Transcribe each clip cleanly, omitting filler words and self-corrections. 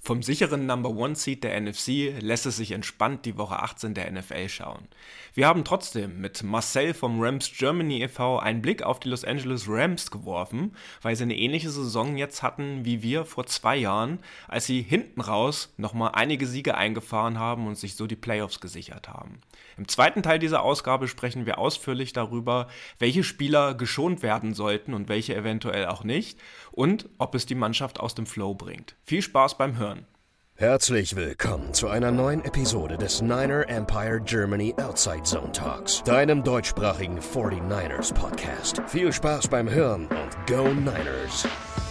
Vom sicheren Number One Seed der NFC lässt es sich entspannt die Woche 18 der NFL schauen. Wir haben trotzdem mit Marcel vom Rams Germany e.V. einen Blick auf die Los Angeles Rams geworfen, weil sie eine ähnliche Saison jetzt hatten wie wir vor 2 Jahren, als sie hinten raus nochmal einige Siege eingefahren haben und sich so die Playoffs gesichert haben. Im zweiten Teil dieser Ausgabe sprechen wir ausführlich darüber, welche Spieler geschont werden sollten und welche eventuell auch nicht und ob es die Mannschaft aus dem Flow bringt. Viel Spaß beim Hören. Herzlich willkommen zu einer neuen Episode des Niner Empire Germany Outside Zone Talks, deinem deutschsprachigen 49ers Podcast. Viel Spaß beim Hören und Go Niners!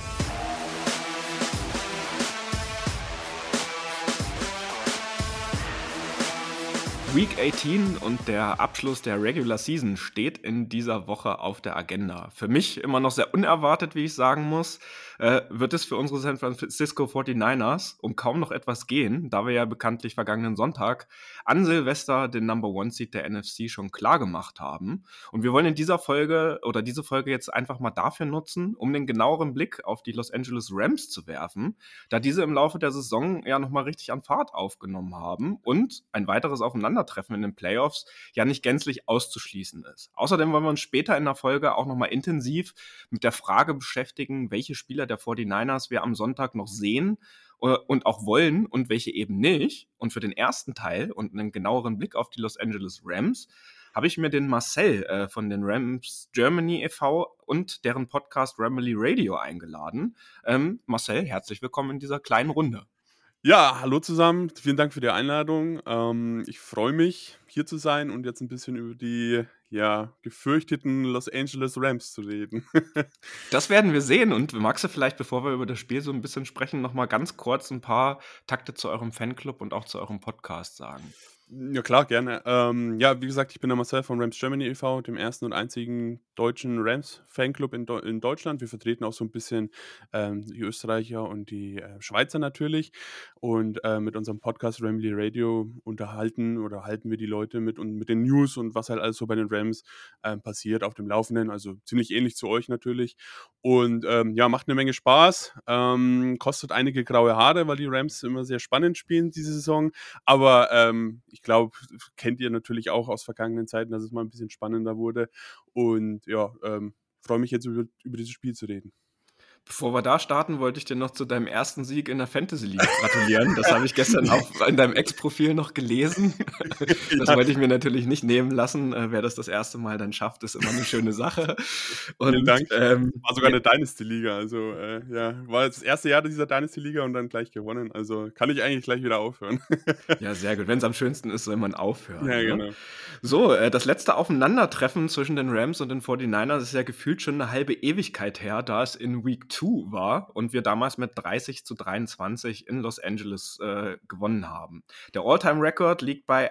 Week 18 und der Abschluss der Regular Season steht in dieser Woche auf der Agenda. Für mich immer noch sehr unerwartet, wie ich sagen muss, wird es für unsere San Francisco 49ers um kaum noch etwas gehen, da wir ja bekanntlich vergangenen Sonntag an Silvester den Number One Seed der NFC schon klar gemacht haben. Und wir wollen in dieser Folge oder diese Folge jetzt einfach mal dafür nutzen, um den genaueren Blick auf die Los Angeles Rams zu werfen, da diese im Laufe der Saison ja nochmal richtig an Fahrt aufgenommen haben und ein weiteres Aufeinandertreffen in den Playoffs ja nicht gänzlich auszuschließen ist. Außerdem wollen wir uns später in der Folge auch nochmal intensiv mit der Frage beschäftigen, welche Spieler der 49ers wir am Sonntag noch sehen und auch wollen und welche eben nicht. Und für den ersten Teil und einen genaueren Blick auf die Los Angeles Rams habe ich mir den Marcel von den Rams Germany e.V. und deren Podcast Ramily Radio eingeladen. Marcel, herzlich willkommen in dieser kleinen Runde. Ja, hallo zusammen. Vielen Dank für die Einladung. Ich freue mich, hier zu sein und jetzt ein bisschen über die gefürchteten Los Angeles Rams zu reden. Das werden wir sehen. Und magst du vielleicht, bevor wir über das Spiel so ein bisschen sprechen, noch mal ganz kurz ein paar Takte zu eurem Fanclub und auch zu eurem Podcast sagen? Ja klar, gerne. Wie gesagt, ich bin der Marcel von Rams Germany e.V., dem ersten und einzigen deutschen Rams-Fanclub in Deutschland. Wir vertreten auch so ein bisschen die Österreicher und die Schweizer natürlich. Und mit unserem Podcast Ramily Radio halten wir die Leute mit den News und was halt alles so bei den Rams passiert auf dem Laufenden. Also ziemlich ähnlich zu euch natürlich. Und macht eine Menge Spaß. Kostet einige graue Haare, weil die Rams immer sehr spannend spielen diese Saison. Aber ich glaube, kennt ihr natürlich auch aus vergangenen Zeiten, dass es mal ein bisschen spannender wurde. Und freue mich jetzt über dieses Spiel zu reden. Bevor wir da starten, wollte ich dir noch zu deinem ersten Sieg in der Fantasy League gratulieren. Das habe ich gestern auch in deinem Ex-Profil noch gelesen. Das wollte ich mir natürlich nicht nehmen lassen. Wer das erste Mal dann schafft, ist immer eine schöne Sache. Und, Vielen Dank. War sogar eine Dynasty-Liga. Also, war das erste Jahr dieser Dynasty-Liga und dann gleich gewonnen. Also, kann ich eigentlich gleich wieder aufhören. Ja, sehr gut. Wenn es am schönsten ist, soll man aufhören. Ja, ne? genau. So, das letzte Aufeinandertreffen zwischen den Rams und den 49ers ist ja gefühlt schon eine halbe Ewigkeit her, da es in Week 2 war und wir damals mit 30-23 in Los Angeles gewonnen haben. Der All-Time-Record liegt bei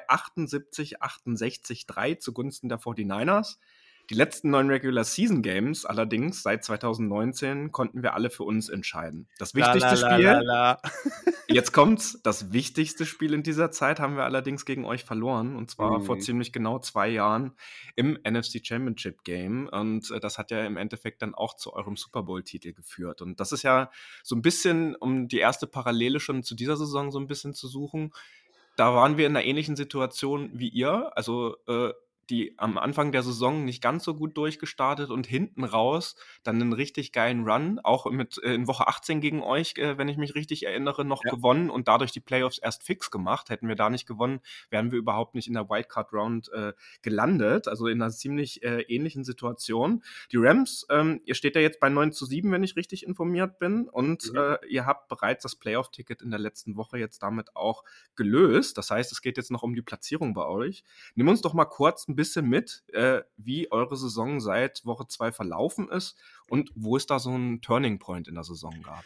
78-68-3 zugunsten der 49ers. Die letzten 9 Regular Season Games allerdings seit 2019 konnten wir alle für uns entscheiden. Das wichtigste Spiel, jetzt kommt's, das wichtigste Spiel in dieser Zeit haben wir allerdings gegen euch verloren und zwar vor ziemlich genau 2 Jahren im NFC Championship Game und das hat ja im Endeffekt dann auch zu eurem Super Bowl Titel geführt und das ist ja so ein bisschen, um die erste Parallele schon zu dieser Saison so ein bisschen zu suchen, da waren wir in einer ähnlichen Situation wie ihr, also die am Anfang der Saison nicht ganz so gut durchgestartet und hinten raus dann einen richtig geilen Run, auch mit in Woche 18 gegen euch, wenn ich mich richtig erinnere, noch Ja. gewonnen und dadurch die Playoffs erst fix gemacht. Hätten wir da nicht gewonnen, wären wir überhaupt nicht in der Wildcard-Round gelandet, also in einer ziemlich ähnlichen Situation. Die Rams, ihr steht ja jetzt bei 9-7, wenn ich richtig informiert bin und ihr habt bereits das Playoff-Ticket in der letzten Woche jetzt damit auch gelöst. Das heißt, es geht jetzt noch um die Platzierung bei euch. Nimm uns doch mal kurz ein bisschen mit, wie eure Saison seit Woche 2 verlaufen ist und wo es da so einen Turning Point in der Saison gab.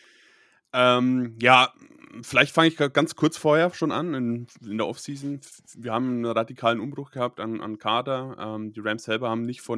Vielleicht fange ich ganz kurz vorher schon an, in der Offseason. Wir haben einen radikalen Umbruch gehabt an Kader. Die Rams selber haben nicht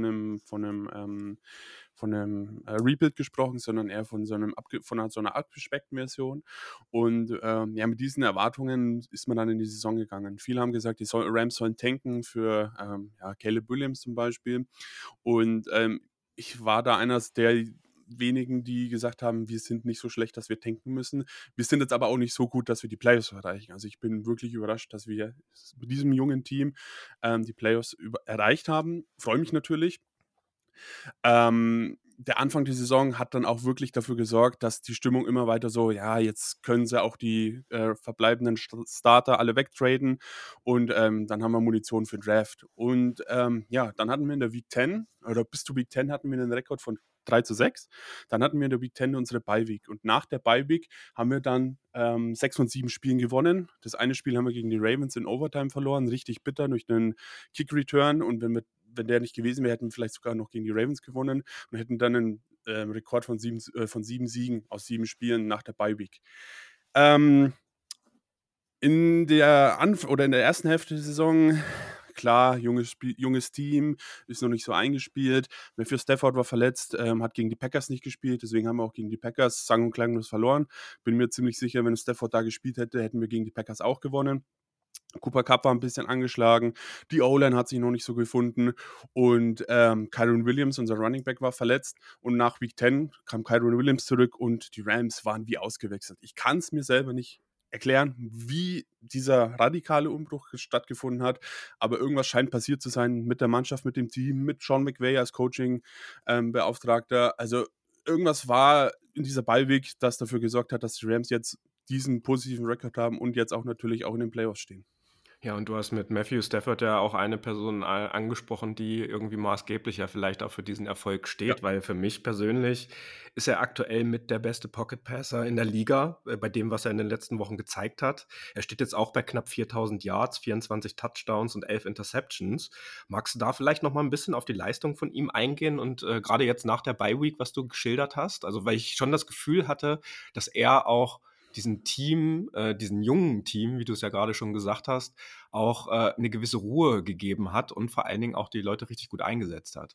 von einem Rebuild gesprochen, sondern eher von so einer abgespeckten Version. Und mit diesen Erwartungen ist man dann in die Saison gegangen. Viele haben gesagt, die Rams sollen tanken für Caleb Williams zum Beispiel. Und ich war da einer, der wenigen, die gesagt haben, wir sind nicht so schlecht, dass wir tanken müssen. Wir sind jetzt aber auch nicht so gut, dass wir die Playoffs erreichen. Also ich bin wirklich überrascht, dass wir mit diesem jungen Team die Playoffs erreicht haben. Freue mich natürlich. Der Anfang der Saison hat dann auch wirklich dafür gesorgt, dass die Stimmung immer weiter so, ja, jetzt können sie auch die verbleibenden Starter alle wegtraden und dann haben wir Munition für den Draft. Und ja, dann hatten wir in der Week 10 oder bis zur Week 10 hatten wir einen Rekord von 3-6. Dann hatten wir in der Week 10 unsere Bye-Week. Und nach der Bye-Week haben wir dann 6 von 7 Spielen gewonnen. Das eine Spiel haben wir gegen die Ravens in Overtime verloren, richtig bitter durch einen Kick-Return. Und wenn der nicht gewesen wäre, hätten wir vielleicht sogar noch gegen die Ravens gewonnen und hätten dann einen Rekord von 7 Siegen aus 7 Spielen nach der Bye-Week. In der ersten Hälfte der Saison, klar, junges Team, ist noch nicht so eingespielt. Matthew Stafford war verletzt, hat gegen die Packers nicht gespielt, deswegen haben wir auch gegen die Packers sang- und klanglos verloren. Bin mir ziemlich sicher, wenn Stafford da gespielt hätte, hätten wir gegen die Packers auch gewonnen. Cooper Kupp war ein bisschen angeschlagen, die O-Line hat sich noch nicht so gefunden und Kyren Williams, unser Running Back, war verletzt und nach Week 10 kam Kyren Williams zurück und die Rams waren wie ausgewechselt. Ich kann es mir selber nicht erklären, wie dieser radikale Umbruch stattgefunden hat, aber irgendwas scheint passiert zu sein mit der Mannschaft, mit dem Team, mit Sean McVay als Coaching-Beauftragter. Also irgendwas war in dieser Bye-Week, das dafür gesorgt hat, dass die Rams jetzt diesen positiven Rekord haben und jetzt auch natürlich auch in den Playoffs stehen. Ja, und du hast mit Matthew Stafford ja auch eine Person angesprochen, die irgendwie maßgeblich ja vielleicht auch für diesen Erfolg Ja. steht, weil für mich persönlich ist er aktuell mit der beste Pocket Passer in der Liga, bei dem, was er in den letzten Wochen gezeigt hat. Er steht jetzt auch bei knapp 4.000 Yards, 24 Touchdowns und 11 Interceptions. Magst du da vielleicht noch mal ein bisschen auf die Leistung von ihm eingehen und gerade jetzt nach der Bye-Week, was du geschildert hast? Also, weil ich schon das Gefühl hatte, dass er auch diesem Team, diesem jungen Team, wie du es ja gerade schon gesagt hast, auch eine gewisse Ruhe gegeben hat und vor allen Dingen auch die Leute richtig gut eingesetzt hat.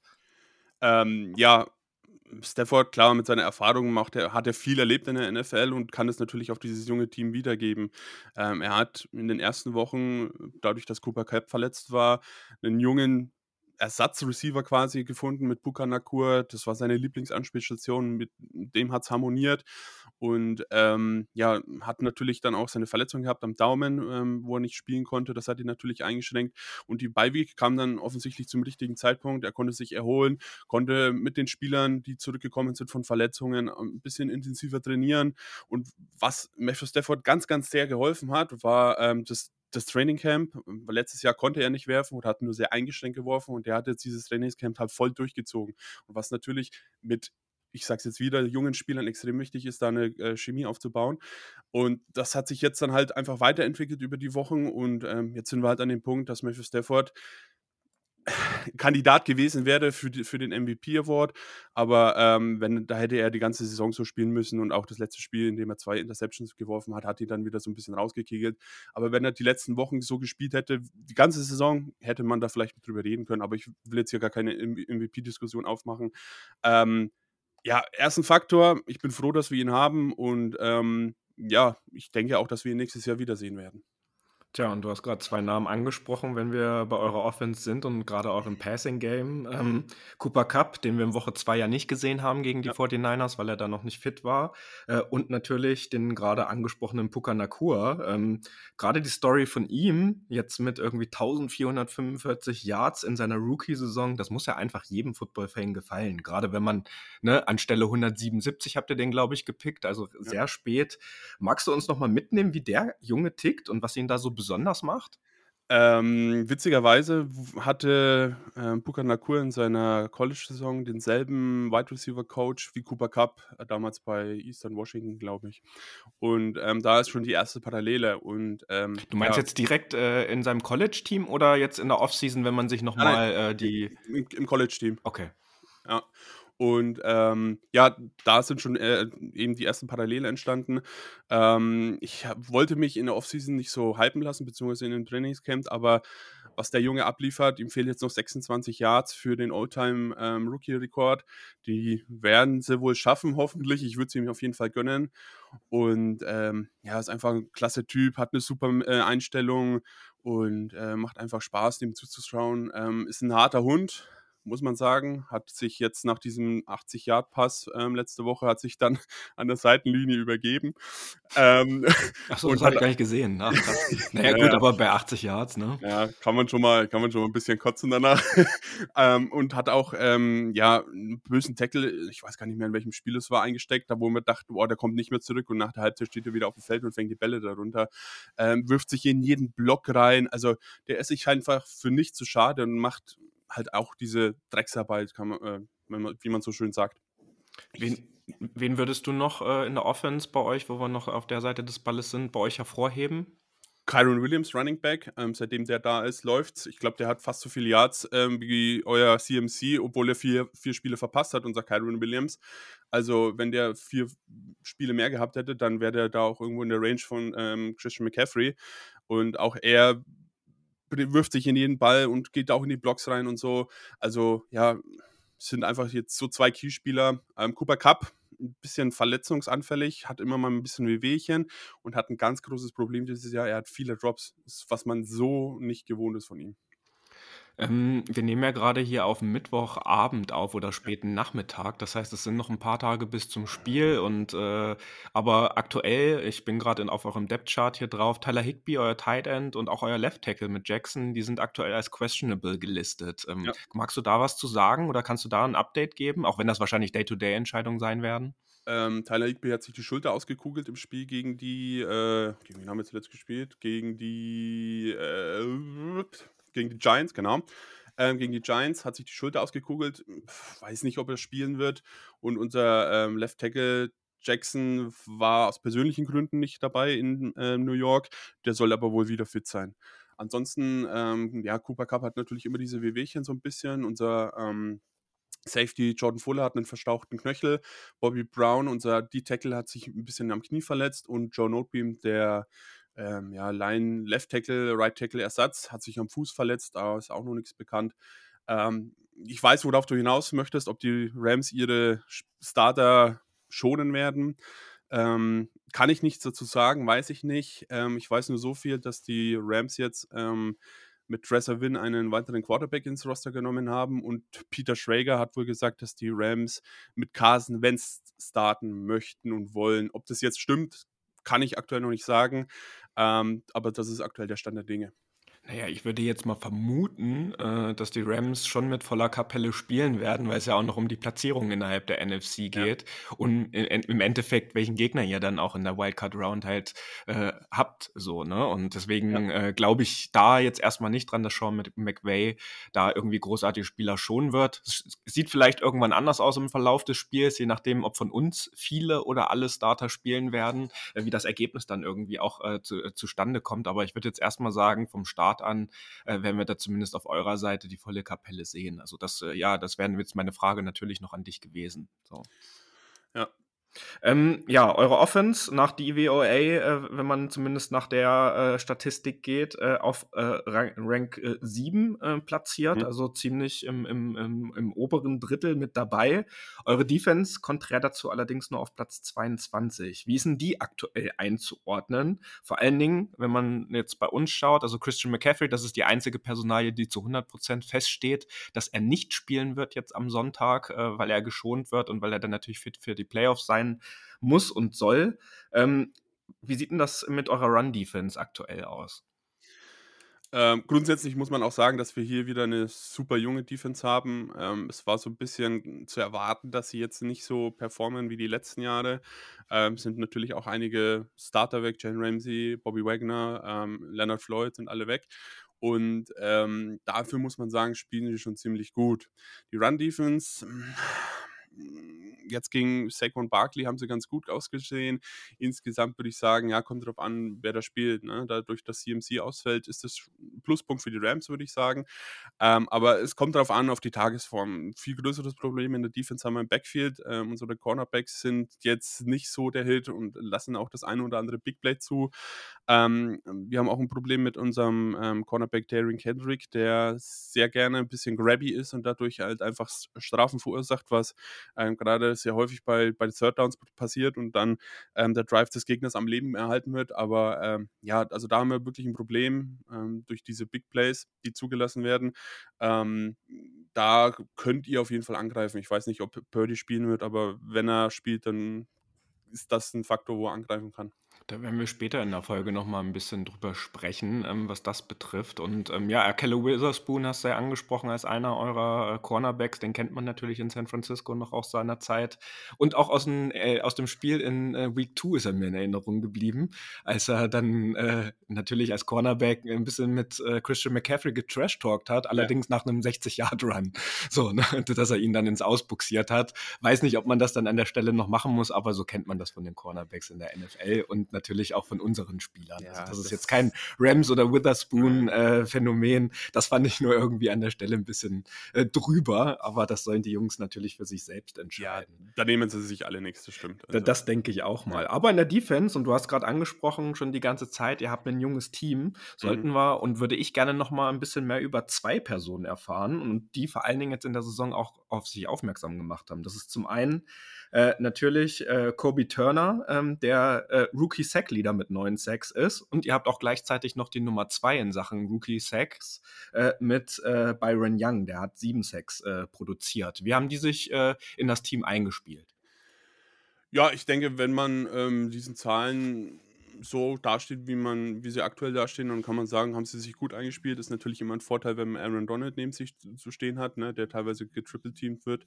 Ja, Stafford, klar, mit seiner Erfahrung hat er viel erlebt in der NFL und kann es natürlich auf dieses junge Team wiedergeben. Er hat in den ersten Wochen, dadurch, dass Cooper Kupp verletzt war, einen jungen Ersatzreceiver quasi gefunden mit Puka Nacua. Das war seine Lieblingsanspielstation, mit dem hat es harmoniert. Und ja, hat natürlich dann auch seine Verletzung gehabt am Daumen, wo er nicht spielen konnte. Das hat ihn natürlich eingeschränkt. Und die Bye-Week kam dann offensichtlich zum richtigen Zeitpunkt. Er konnte sich erholen, konnte mit den Spielern, die zurückgekommen sind von Verletzungen, ein bisschen intensiver trainieren. Und was Matthew Stafford ganz, ganz sehr geholfen hat, war das Trainingcamp. Letztes Jahr konnte er nicht werfen und hat nur sehr eingeschränkt geworfen und er hat jetzt dieses Trainingscamp halt voll durchgezogen. Und was natürlich mit, ich sag's jetzt wieder, jungen Spielern extrem wichtig ist, da eine Chemie aufzubauen. Und das hat sich jetzt dann halt einfach weiterentwickelt über die Wochen und jetzt sind wir halt an dem Punkt, dass Matthew Stafford Kandidat gewesen wäre für den MVP Award, aber da hätte er die ganze Saison so spielen müssen und auch das letzte Spiel, in dem er 2 Interceptions geworfen hat, hat ihn dann wieder so ein bisschen rausgekegelt. Aber wenn er die letzten Wochen so gespielt hätte, die ganze Saison, hätte man da vielleicht drüber reden können, aber ich will jetzt hier gar keine MVP-Diskussion aufmachen. Ja, er ist 'n Faktor. Ich bin froh, dass wir ihn haben und ja, ich denke auch, dass wir ihn nächstes Jahr wiedersehen werden. Tja, und du hast gerade 2 Namen angesprochen, wenn wir bei eurer Offense sind und gerade auch im Passing-Game. Cooper Kupp, den wir in Woche 2 ja nicht gesehen haben gegen die Ja. 49ers, weil er da noch nicht fit war. Und natürlich den gerade angesprochenen Puka Nacua. Grade die Story von ihm, jetzt mit irgendwie 1.445 Yards in seiner Rookie-Saison, das muss ja einfach jedem Football-Fan gefallen. Gerade wenn man, ne, an Stelle 177 habt ihr den, glaube ich, gepickt, also Ja. sehr spät. Magst du uns noch mal mitnehmen, wie der Junge tickt und was ihn da so besonders macht? Witzigerweise hatte Puka Nacua in seiner College-Saison denselben Wide Receiver-Coach wie Cooper Kupp, damals bei Eastern Washington, glaube ich. Und da ist schon die erste Parallele. Und Du meinst ja, jetzt direkt, in seinem College-Team oder jetzt in der Offseason, wenn man sich noch nein, mal, nein, die im College-Team. okay. Ja. Und ja, da sind schon eben die ersten Parallelen entstanden. Ich wollte mich in der Offseason nicht so hypen lassen, beziehungsweise in dem Trainingscamp, aber was der Junge abliefert, ihm fehlen jetzt noch 26 Yards für den All-Time Rookie-Rekord. Die werden sie wohl schaffen, hoffentlich. Ich würde es ihm auf jeden Fall gönnen. Und ja, ist einfach ein klasse Typ, hat eine super Einstellung und macht einfach Spaß, dem zuzuschauen. Ist ein harter Hund, muss man sagen. Hat sich jetzt nach diesem 80-Yard-Pass letzte Woche hat sich dann an der Seitenlinie übergeben. Ähm, Ach so, das und habe hat ich gar nicht gesehen. Ach krass. Na ja ja, gut, ja. aber bei 80 Yards, ne? Ja, kann man schon mal 'n bisschen kotzen danach. Und hat auch, ja, 'n bösen Tackle, ich weiß gar nicht mehr, in welchem Spiel es war, eingesteckt, da wo man dachte: „Boah, der kommt nicht mehr zurück“, und nach der Halbzeit steht er wieder aufm Feld und fängt die Bälle da runter. Wirft sich in jeden Block rein. Also, der ist sich einfach für nichts zu schade und macht halt auch diese Drecksarbeit, kann man wenn man wie man so schön sagt. Ich Wen würdest du noch, in der Offense bei euch, wo wir noch auf der Seite des Balles sind, bei euch hervorheben? Kyren Williams, Running Back, seitdem der da ist, läuft's. Ich glaube, der hat fast so viele Yards, wie euer CMC, obwohl er vier Spiele verpasst hat, unser Kyren Williams. Also, wenn der 4 Spiele mehr gehabt hätte, dann wäre der da auch irgendwo in der Range von, Christian McCaffrey. Und auch er wirft sich in jeden Ball und geht auch in die Blocks rein und so. Also, ja, es sind einfach jetzt so 2 Keyspieler. Cooper Kupp, ein bisschen verletzungsanfällig, hat immer mal ein bisschen Wehwehchen und hat ein ganz großes Problem dieses Jahr. Er hat viele Drops, was man so nicht gewohnt ist von ihm. Wir nehmen ja gerade hier auf Mittwochabend auf oder Ja. späten Nachmittag. Das heißt, es sind noch ein paar Tage bis zum Spiel und, aber aktuell, ich bin gerade auf eurem Depth-Chart hier drauf, Tyler Higbee, euer Tight End und auch euer Left Tackle mit Jackson, die sind aktuell als questionable gelistet. Ja. Magst du da was zu sagen oder kannst du da ein Update geben, auch wenn das wahrscheinlich Day-to-Day-Entscheidungen sein werden? Tyler Higbee hat sich die Schulter ausgekugelt im Spiel gegen wen haben wir zuletzt gespielt? Gegen die Giants, genau. Gegen die Giants hat sich die Schulter ausgekugelt. Weiß nicht, ob er spielen wird. Und unser Left Tackle Jackson war aus persönlichen Gründen nicht dabei in New York. Der soll aber wohl wieder fit sein. Ansonsten, ja, Cooper Kupp hat natürlich immer diese Wehwehchen so ein bisschen. Unser Safety Jordan Fuller hat einen verstauchten Knöchel. Bobby Brown, unser D-Tackle, hat sich ein bisschen am Knie verletzt, und Joe Notebeam, der, ja, Line Left Tackle, Right Tackle Ersatz, hat sich am Fuß verletzt, da ist auch noch nichts bekannt. Ich weiß, worauf du hinaus möchtest, ob die Rams ihre Starter schonen werden. Kann ich nichts dazu sagen, weiß ich nicht. Ich weiß nur so viel, dass die Rams jetzt, mit Trezor Wynn einen weiteren Quarterback ins Roster genommen haben, und Peter Schrager hat wohl gesagt, dass die Rams mit Carson Wentz starten möchten und wollen. Ob das jetzt stimmt, kann ich aktuell noch nicht sagen, aber das ist aktuell der Stand der Dinge. Na ja, ich würde jetzt mal vermuten, dass die Rams schon mit voller Kapelle spielen werden, weil es ja auch noch um die Platzierung innerhalb der NFC Ja, geht und im Endeffekt, welchen Gegner ihr dann auch in der Wildcard-Round halt, habt so, ne? Und ja, deswegen, glaube ich da jetzt erstmal nicht dran, dass Sean McVay da irgendwie großartige Spieler schonen wird. Es sieht vielleicht irgendwann anders aus im Verlauf des Spiels, je nachdem, ob von uns viele oder alle Starter spielen werden, wie das Ergebnis dann irgendwie auch, zustande kommt. Aber ich würde jetzt erstmal sagen, vom Start an, werden wir da zumindest auf eurer Seite die volle Kapelle sehen. Also das, ja, das wäre jetzt meine Frage natürlich noch an dich gewesen. So. ja. Ja, eure Offense nach DVOA, wenn man zumindest nach der Statistik geht, auf Rank 7 platziert, Mhm. also ziemlich im oberen Drittel mit dabei. Eure Defense konträr dazu allerdings nur auf Platz 22. Wie ist denn die aktuell einzuordnen? Vor allen Dingen, wenn man jetzt bei uns schaut, also Christian McCaffrey, das ist die einzige Personalie, die zu 100% feststeht, dass er nicht spielen wird jetzt am Sonntag, weil er geschont wird und weil er dann natürlich fit für die Playoffs sein muss und soll. Wie sieht denn das mit eurer Run-Defense aktuell aus? Grundsätzlich muss man auch sagen, dass wir hier wieder eine super junge Defense haben. Es war so ein bisschen zu erwarten, dass sie jetzt nicht so performen wie die letzten Jahre. Sind natürlich auch einige Starter weg, Jalen Ramsey, Bobby Wagner, Leonard Floyd sind alle weg. Und, dafür muss man sagen, spielen sie schon ziemlich gut. Die Run-Defense, jetzt gegen Saquon Barkley haben sie ganz gut ausgesehen. Insgesamt würde ich sagen, ja, kommt drauf an, wer da spielt, ne? Dadurch, dass CMC ausfällt, ist das 'n Pluspunkt für die Rams, würde ich sagen. Aber es kommt drauf an, auf die Tagesform. 'N viel größeres Problem in der Defense haben wir im Backfield. Unsere Cornerbacks sind jetzt nicht so der Hit und lassen auch das eine oder andere Big Play zu. Wir haben auch ein Problem mit unserem, Cornerback Derrick Kendrick, der sehr gerne ein bisschen grabby ist und dadurch halt einfach Strafen verursacht, was, grade sehr häufig bei Third Downs passiert und dann, der Drive des Gegners am Leben erhalten wird. Aber, ja, also da haben wir wirklich ein Problem, durch diese Big Plays, die zugelassen werden. Ähm, Da könnt ihr auf jeden Fall angreifen. Ich weiß nicht, ob Purdy spielen wird, aber wenn er spielt, dann ist das ein Faktor, wo er angreifen kann. Da werden wir später in der Folge noch mal ein bisschen drüber sprechen, was das betrifft. Und ja, Ahkello Witherspoon hast du ja angesprochen als einer eurer Cornerbacks. Den kennt man natürlich in San Francisco noch aus seiner Zeit. Und auch aus dem Spiel in Week 2 ist er mir in Erinnerung geblieben, als er dann natürlich als Cornerback ein bisschen mit Christian McCaffrey getrash-talkt hat, Ja. allerdings nach einem 60-Yard-Run. So, ne? Dass er ihn dann ins Ausbuxiert hat. Weiß nicht, ob man das dann an der Stelle noch machen muss, aber so kennt man das von den Cornerbacks in der NFL und natürlich auch von unseren Spielern. Ja, Also das ist das- jetzt kein Rams- oder Witherspoon-Phänomen. Das fand ich nur irgendwie an der Stelle ein bisschen drüber, aber das sollen die Jungs natürlich für sich selbst Ja, entscheiden. da nehmen sie sich alle nichts, das stimmt. Also, Das denke ich auch mal. Aber in der Defense, und du hast gerade angesprochen, schon die ganze Zeit, ihr habt ein junges Team, sollten wir und würde ich gerne noch mal ein bisschen mehr über 2 Personen erfahren und die vor allen Dingen jetzt in der Saison auch auf sich aufmerksam gemacht haben. Das ist zum einen natürlich Kobe Turner, der Rookie-Sack-Leader mit 9 Sacks ist. Und ihr habt auch gleichzeitig noch die Nummer 2 in Sachen Rookie-Sacks mit Byron Young. Der hat 7 Sacks produziert. Wie haben die sich in das Team eingespielt? ja, ich denke, wenn man diesen Zahlen so dasteht, wie sie aktuell dastehen, dann kann man sagen, haben sie sich gut eingespielt. Ist natürlich immer ein Vorteil, wenn man Aaron Donald neben sich zu stehen hat, ne, der teilweise getriple-teamt wird.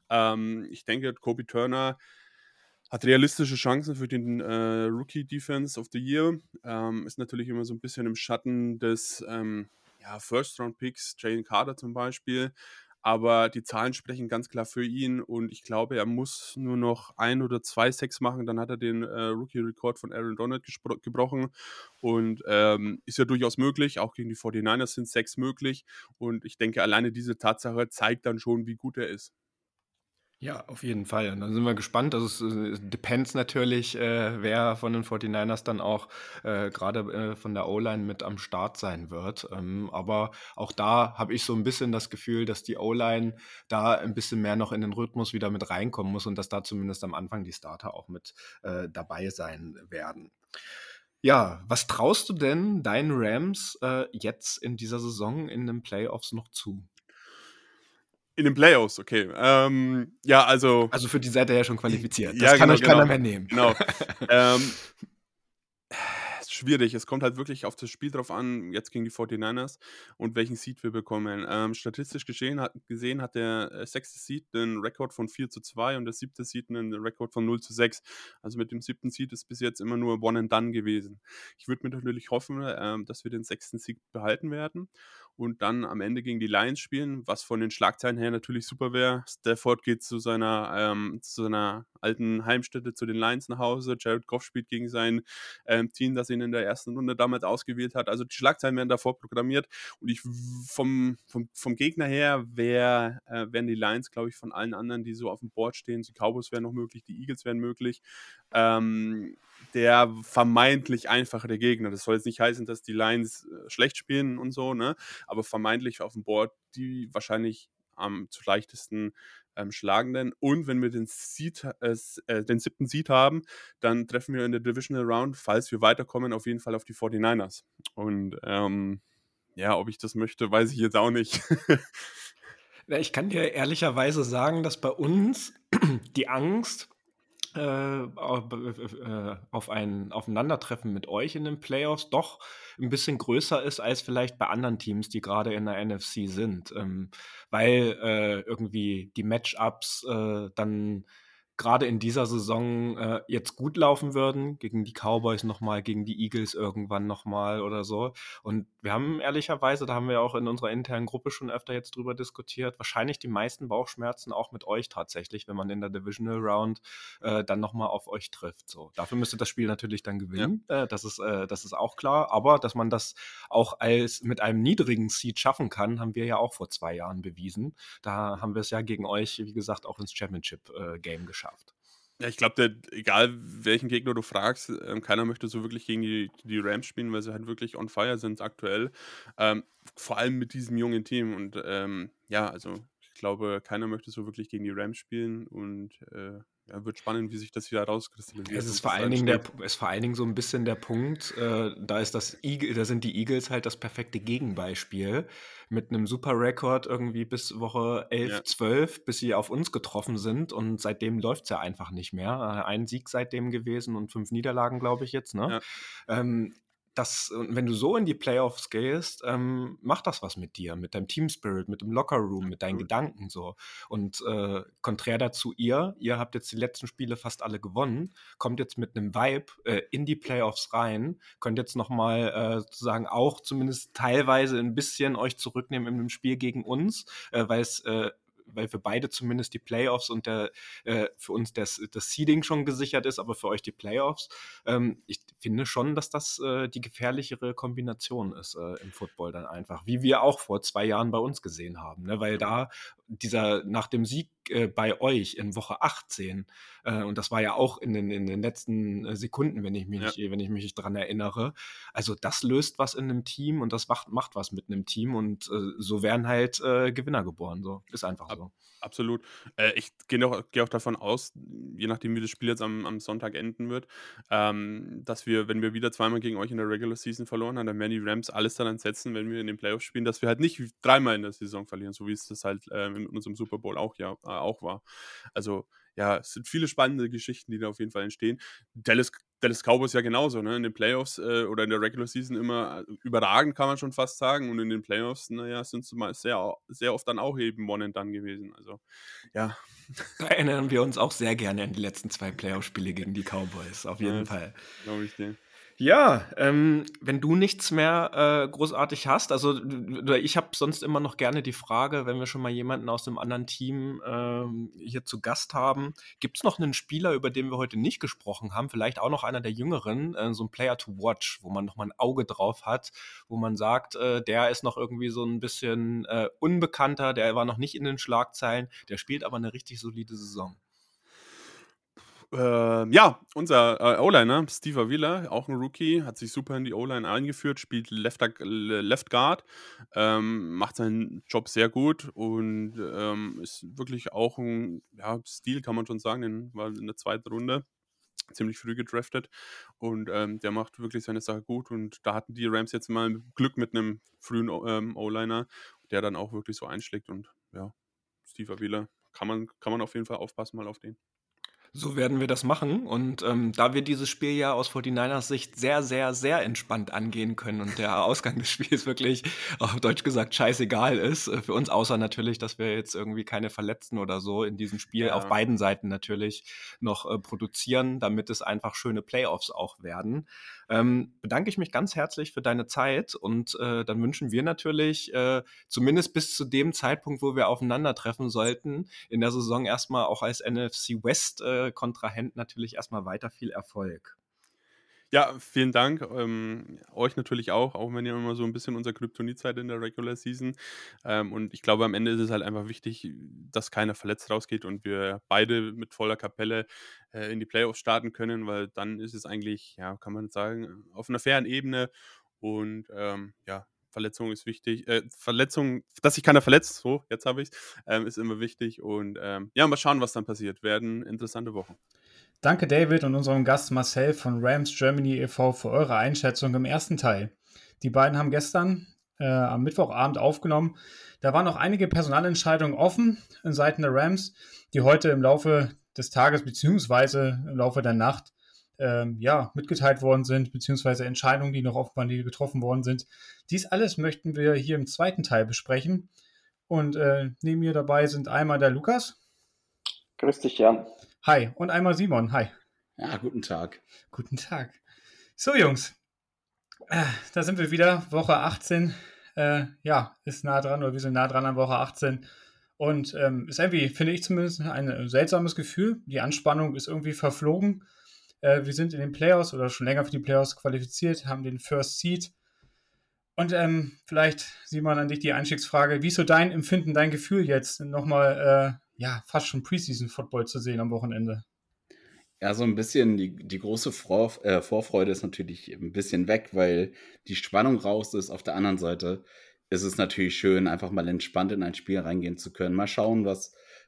Ich denke, Kobe Turner hat realistische Chancen für den Rookie Defense of the Year. Ist natürlich immer so ein bisschen im Schatten des First-Round-Picks, Jalen Carter zum Beispiel. Aber die Zahlen sprechen ganz klar für ihn und ich glaube, er muss nur noch 1 oder 2 Sacks machen, dann hat er den Rookie-Rekord von Aaron Donald gebrochen und ist ja durchaus möglich, auch gegen die 49ers sind Sacks möglich und ich denke, alleine diese Tatsache zeigt dann schon, wie gut er ist. Ja, auf jeden Fall. Und dann sind wir gespannt. Also es depends natürlich, wer von den 49ers dann auch gerade von der O-Line mit am Start sein wird. Aber auch da habe ich so ein bisschen das Gefühl, dass die O-Line da ein bisschen mehr noch in den Rhythmus wieder mit reinkommen muss und dass da zumindest am Anfang die Starter auch mit dabei sein werden. Ja, was traust du denn deinen Rams jetzt in dieser Saison in den Playoffs noch zu? In den Playoffs, okay. Ja, also Also für die seid ihr ja schon qualifiziert. Das ja, kann genau, euch keiner genau. mehr nehmen. Genau. Ähm, Ist schwierig. Es kommt halt wirklich auf das Spiel drauf an, jetzt gegen die 49ers und welchen Seed wir bekommen. Statistisch gesehen hat der 6. Seed einen Rekord von 4:2 und der 7. Seed einen Rekord von 0:6. Also mit dem 7. Seed ist bis jetzt immer nur One and Done gewesen. Ich würde mir natürlich hoffen, dass wir den 6. Seed behalten werden und dann am Ende gegen die Lions spielen, was von den Schlagzeilen her natürlich super wäre. Stafford geht zu seiner alten Heimstätte, zu den Lions nach Hause. Jared Goff spielt gegen sein Team, das ihn in der ersten Runde damals ausgewählt hat. Also die Schlagzeilen werden davor programmiert und vom Gegner her wären die Lions, glaube ich, von allen anderen, die so auf dem Board stehen, die Cowboys wären noch möglich, die Eagles wären möglich, der vermeintlich einfachere Gegner. Das soll jetzt nicht heißen, dass die Lions schlecht spielen und so, ne? Aber vermeintlich auf dem Board die wahrscheinlich am zu leichtesten schlagenden. Und wenn wir den 7. Seed haben, dann treffen wir in der Divisional Round, falls wir weiterkommen, auf jeden Fall auf die 49ers. Und ja, ob ich das möchte, weiß ich jetzt auch nicht. Na, ich kann dir ehrlicherweise sagen, dass bei uns die Angst auf ein Aufeinandertreffen mit euch in den Playoffs doch ein bisschen größer ist als vielleicht bei anderen Teams, die gerade in der NFC sind, weil irgendwie die Matchups dann gerade in dieser Saison jetzt gut laufen würden, gegen die Cowboys nochmal, gegen die Eagles irgendwann nochmal oder so. Und wir haben ehrlicherweise, da haben wir auch in unserer internen Gruppe schon öfter jetzt drüber diskutiert, wahrscheinlich die meisten Bauchschmerzen auch mit euch tatsächlich, wenn man in der Divisional Round dann nochmal auf euch trifft. So. Dafür müsste das Spiel natürlich dann gewinnen, das ist auch klar, aber dass man das auch als mit einem niedrigen Seed schaffen kann, haben wir ja auch vor 2 Jahren bewiesen. Da haben wir es ja gegen euch, wie gesagt, auch ins Championship-Game geschafft. Ja, ich glaube, egal welchen Gegner du fragst, keiner möchte so wirklich gegen die Rams spielen, weil sie halt wirklich on fire sind aktuell. Vor allem mit diesem jungen Team. Und ja, also ich glaube, keiner möchte so wirklich gegen die Rams spielen. Und wird spannend, wie sich das wieder rauskristallisiert. Es ist und vor was da allen Dingen entsteht. ist vor allen Dingen so ein bisschen der Punkt, da sind die Eagles halt das perfekte Gegenbeispiel mit einem Super-Rekord irgendwie bis Woche 11, Ja, 12, bis sie auf uns getroffen sind und seitdem läuft's ja einfach nicht mehr. Ein Sieg seitdem gewesen und 5 Niederlagen, glaube ich jetzt, ne? ja, Ähm, und wenn du so in die Playoffs gehst, macht das was mit dir, mit deinem Team-Spirit, mit dem Locker-Room, mit deinen absolut. Gedanken so. Und konträr dazu ihr habt jetzt die letzten Spiele fast alle gewonnen, kommt jetzt mit einem Vibe in die Playoffs rein, könnt jetzt nochmal sozusagen auch zumindest teilweise ein bisschen euch zurücknehmen in einem Spiel gegen uns, weil für beide zumindest die Playoffs und für uns das Seeding schon gesichert ist, aber für euch die Playoffs. Ich finde schon, dass das die gefährlichere Kombination ist im Football dann einfach, wie wir auch vor 2 Jahren bei uns gesehen haben, ne? Weil da nach dem Sieg bei euch in Woche 18, und das war ja auch in den letzten Sekunden, wenn ich Ja. mich dran erinnere, also das löst was in einem Team und das macht was mit einem Team und so werden halt Gewinner geboren, so ist einfach Ab so. absolut. Ich gehe auch davon aus, je nachdem, wie das Spiel jetzt am Sonntag enden wird, dass wir, wenn wir wieder zweimal gegen euch in der Regular Season verloren haben, dann werden die Rams alles daran setzen, wenn wir in den Playoffs spielen, dass wir halt nicht dreimal in der Saison verlieren, so wie es das halt in unserem Super Bowl auch war. Also ja, es sind viele spannende Geschichten, die da auf jeden Fall entstehen. Dallas Cowboys ja genauso, ne? In den Playoffs oder in der Regular Season immer überragend, kann man schon fast sagen. Und in den Playoffs, naja, sind sie mal sehr oft dann auch eben One and Done gewesen. Also, ja, Da erinnern wir uns auch sehr gerne an die letzten 2 Playoff-Spiele gegen die Cowboys, auf jeden das Fall. glaube ich dir. Ja, wenn du nichts mehr großartig hast, also oder ich habe sonst immer noch gerne die Frage, wenn wir schon mal jemanden aus einem anderen Team hier zu Gast haben, gibt's noch einen Spieler, über den wir heute nicht gesprochen haben, vielleicht auch noch einer der Jüngeren, so ein Player to watch, wo man noch mal ein Auge drauf hat, wo man sagt, der ist noch irgendwie so ein bisschen unbekannter, der war noch nicht in den Schlagzeilen, der spielt aber eine richtig solide Saison. Ja, unser O-Liner, Steve Avila, auch ein Rookie, hat sich super in die O-Line eingeführt, spielt Left Guard, macht seinen Job sehr gut und ist wirklich auch ein Stil, kann man schon sagen, den war in der 2. Runde ziemlich früh gedraftet und der macht wirklich seine Sache gut und da hatten die Rams jetzt mal Glück mit einem frühen O-Liner, der dann auch wirklich so einschlägt und ja, Steve Avila, kann man auf jeden Fall aufpassen mal auf den. So werden wir das machen. Und da wir dieses Spiel ja aus 49ers Sicht sehr, sehr, sehr entspannt angehen können und der Ausgang des Spiels wirklich, auf Deutsch gesagt, scheißegal ist, für uns, außer natürlich, dass wir jetzt irgendwie keine Verletzten oder so in diesem Spiel auf Ja. beiden Seiten natürlich noch produzieren, damit es einfach schöne Playoffs auch werden. Bedanke ich mich ganz herzlich für deine Zeit und dann wünschen wir natürlich, zumindest bis zu dem Zeitpunkt, wo wir aufeinandertreffen sollten, in der Saison erstmal auch als NFC West Kontrahent natürlich erstmal weiter viel Erfolg. Ja, vielen Dank. Euch natürlich auch wenn ihr immer so ein bisschen unser Kryptonit seid in der Regular Season. Und ich glaube, am Ende ist es halt einfach wichtig, dass keiner verletzt rausgeht und wir beide mit voller Kapelle in die Playoffs starten können, weil dann ist es eigentlich, ja, kann man sagen, auf einer fairen Ebene und ja, Verletzung ist wichtig. Dass sich keiner verletzt, so, jetzt habe ich's, ist immer wichtig und ja, mal schauen, was dann passiert. Werden interessante Wochen. Danke David und unserem Gast Marcel von Rams Germany e.V. für eure Einschätzung im ersten Teil. Die beiden haben gestern am Mittwochabend aufgenommen. Da waren noch einige Personalentscheidungen offen in Seiten der Rams, die heute im Laufe des Tages bzw. im Laufe der Nacht mitgeteilt worden sind, beziehungsweise Entscheidungen, die noch offen waren, die getroffen worden sind. Dies alles möchten wir hier im zweiten Teil besprechen. Und neben mir dabei sind einmal der Lukas. Grüß dich, Jan. Hi. Und einmal Simon. Hi. Ja, guten Tag. Guten Tag. So, Jungs. Da sind wir wieder. Woche 18. Ist nah dran, oder wir sind nah dran an Woche 18. Und ist irgendwie, finde ich zumindest, ein seltsames Gefühl. Die Anspannung ist irgendwie verflogen. Wir sind in den Playoffs oder schon länger für die Playoffs qualifiziert, haben den First Seed. Und vielleicht, Simon, an dich die Einstiegsfrage. Wie ist so dein Empfinden, dein Gefühl jetzt, nochmal fast schon Preseason-Football zu sehen am Wochenende? Ja, so ein bisschen die große Vorfreude ist natürlich ein bisschen weg, weil die Spannung raus ist. Auf der anderen Seite ist es natürlich schön, einfach mal entspannt in ein Spiel reingehen zu können. Mal schauen, was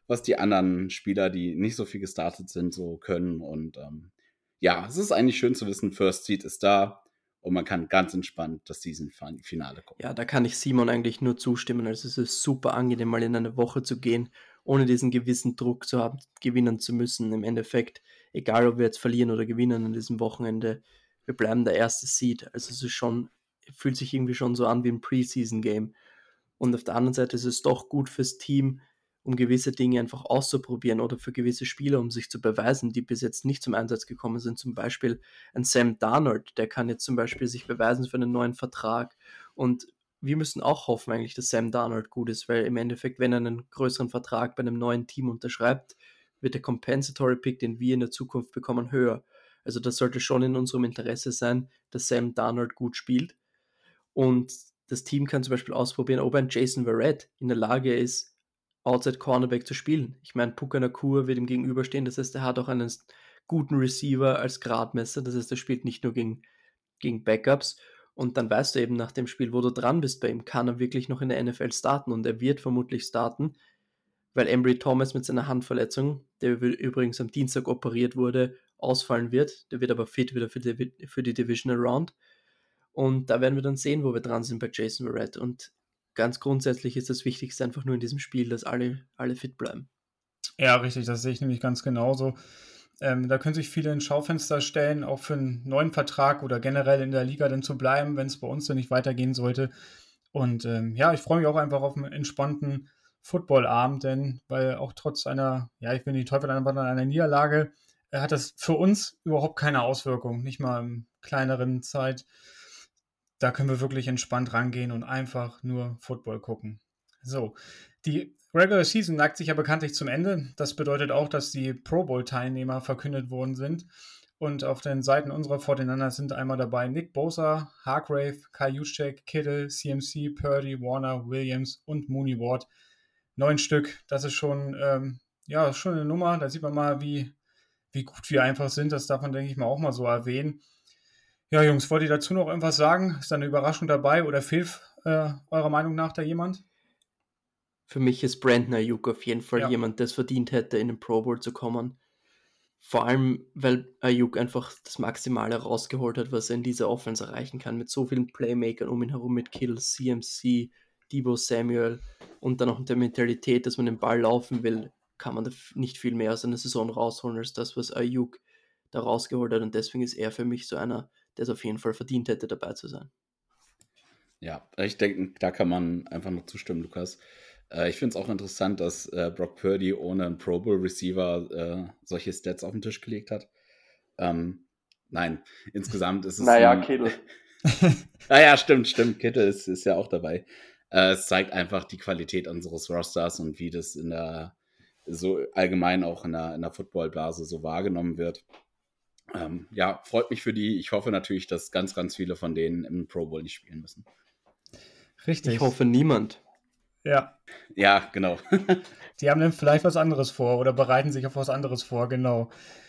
was die anderen Spieler, die nicht so viel gestartet sind, so können. Und ja, es ist eigentlich schön zu wissen, First Seed ist da und man kann ganz entspannt das Season-Finale gucken. Ja, da kann ich Simon eigentlich nur zustimmen. Also es ist super angenehm, mal in eine Woche zu gehen, ohne diesen gewissen Druck zu haben, gewinnen zu müssen. Im Endeffekt, egal ob wir jetzt verlieren oder gewinnen an diesem Wochenende, wir bleiben der erste Seed. Also es ist schon, fühlt sich irgendwie schon so an wie ein Preseason-Game. Und auf der anderen Seite ist es doch gut fürs Team, um gewisse Dinge einfach auszuprobieren oder für gewisse Spieler, um sich zu beweisen, die bis jetzt nicht zum Einsatz gekommen sind. Zum Beispiel ein Sam Darnold, der kann jetzt zum Beispiel sich beweisen für einen neuen Vertrag. Und wir müssen auch hoffen eigentlich, dass Sam Darnold gut ist, weil im Endeffekt, wenn er einen größeren Vertrag bei einem neuen Team unterschreibt, wird der Compensatory Pick, den wir in der Zukunft bekommen, höher. Also das sollte schon in unserem Interesse sein, dass Sam Darnold gut spielt. Und das Team kann zum Beispiel ausprobieren, ob ein Jason Verrett in der Lage ist, Outside Cornerback zu spielen. Ich meine, Puka Nacua wird ihm gegenüberstehen, das heißt, er hat auch einen guten Receiver als Gradmesser, das heißt, er spielt nicht nur gegen Backups und dann weißt du eben nach dem Spiel, wo du dran bist bei ihm, kann er wirklich noch in der NFL starten und er wird vermutlich starten, weil Embry Thomas mit seiner Handverletzung, der übrigens am Dienstag operiert wurde, ausfallen wird. Der wird aber fit wieder für die Divisional Round. Und da werden wir dann sehen, wo wir dran sind bei Jason Verrett. Und ganz grundsätzlich ist das Wichtigste einfach nur in diesem Spiel, dass alle fit bleiben. Ja, richtig, das sehe ich nämlich ganz genauso. Da können sich viele ins Schaufenster stellen, auch für einen neuen Vertrag oder generell in der Liga dann zu bleiben, wenn es bei uns dann nicht weitergehen sollte. Und ja, ich freue mich auch einfach auf einen entspannten Footballabend, denn weil auch trotz einer, ja, ich will nicht Teufel an einer Niederlage, hat das für uns überhaupt keine Auswirkung, nicht mal im kleineren Zeit. Da können wir wirklich entspannt rangehen und einfach nur Football gucken. So, die Regular Season neigt sich ja bekanntlich zum Ende. Das bedeutet auch, dass die Pro Bowl-Teilnehmer verkündet worden sind. Und auf den Seiten unserer 49ers sind einmal dabei Nick Bosa, Hargrave, Kyle Juszczyk, Kittle, CMC, Purdy, Warner, Williams und Mooney Ward. 9 Stück, das ist schon, ja, schon eine Nummer. Da sieht man mal, wie gut wir einfach sind. Das darf man, denke ich mal, auch mal so erwähnen. Ja, Jungs, wollt ihr dazu noch irgendwas sagen? Ist da eine Überraschung dabei oder fehlt eurer Meinung nach da jemand? Für mich ist Brandon Ayuk auf jeden Fall Ja. jemand, der es verdient hätte, in den Pro Bowl zu kommen. Vor allem, weil Ayuk einfach das Maximale rausgeholt hat, was er in dieser Offense erreichen kann, mit so vielen Playmakern um ihn herum, mit Kittle, CMC, Deebo Samuel und dann auch mit der Mentalität, dass man den Ball laufen will, kann man da nicht viel mehr aus einer Saison rausholen, als das, was Ayuk da rausgeholt hat. Und deswegen ist er für mich so einer, der es auf jeden Fall verdient hätte, dabei zu sein. Ja, ich denke, da kann man einfach noch zustimmen, Lukas. Ich finde es auch interessant, dass Brock Purdy ohne einen Pro Bowl Receiver solche Stats auf den Tisch gelegt hat. Nein, insgesamt ist es... Naja, Kittle. Ja, stimmt. Kittle ist ja auch dabei. Es zeigt einfach die Qualität unseres Rosters und wie das so allgemein auch in der Footballblase so wahrgenommen wird. Ja, freut mich für die. Ich hoffe natürlich, dass ganz, ganz viele von denen im Pro Bowl nicht spielen müssen. Richtig. Ich hoffe, niemand. Ja. Ja, genau. Die haben dann vielleicht was anderes vor oder bereiten sich auf was anderes vor, genau.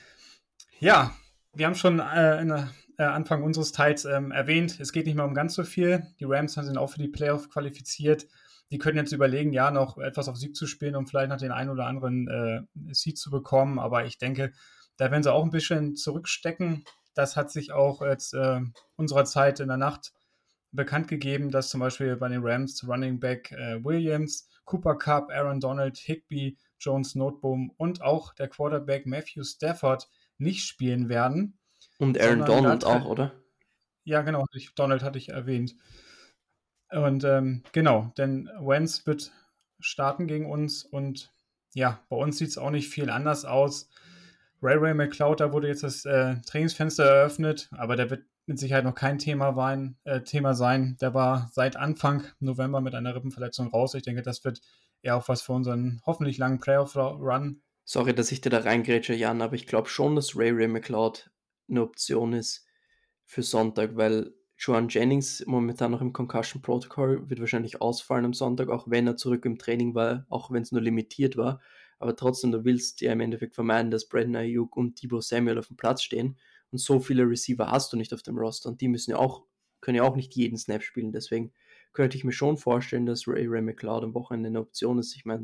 Ja, wir haben schon Anfang unseres Teils erwähnt, es geht nicht mehr um ganz so viel. Die Rams sind auch für die Playoff qualifiziert. Die können jetzt überlegen, ja, noch etwas auf Sieg zu spielen, um vielleicht noch den einen oder anderen Seed zu bekommen. Aber ich denke, da werden sie auch ein bisschen zurückstecken. Das hat sich auch jetzt unserer Zeit in der Nacht bekannt gegeben, dass zum Beispiel bei den Rams Running Back Williams, Cooper Kupp, Aaron Donald, Higbee, Jones Noteboom und auch der Quarterback Matthew Stafford nicht spielen werden. Und Aaron Donald auch, oder? Ja, genau, Donald hatte ich erwähnt. Und genau, denn Wentz wird starten gegen uns und ja, bei uns sieht es auch nicht viel anders aus. Ray McCloud, da wurde jetzt das Trainingsfenster eröffnet, aber der wird mit Sicherheit noch kein Thema sein. Der war seit Anfang November mit einer Rippenverletzung raus. Ich denke, das wird eher auch was für unseren hoffentlich langen Playoff-Run. Sorry, dass ich dir da reingrätsche, Jan, aber ich glaube schon, dass Ray McCloud eine Option ist für Sonntag, weil Juan Jennings momentan noch im Concussion Protocol wird wahrscheinlich ausfallen am Sonntag, auch wenn er zurück im Training war, auch wenn es nur limitiert war. Aber trotzdem, du willst ja im Endeffekt vermeiden, dass Brandon Ayuk und Deebo Samuel auf dem Platz stehen. Und so viele Receiver hast du nicht auf dem Roster. Und die können ja auch nicht jeden Snap spielen. Deswegen könnte ich mir schon vorstellen, dass Ray McCloud am Wochenende eine Option ist. Ich meine,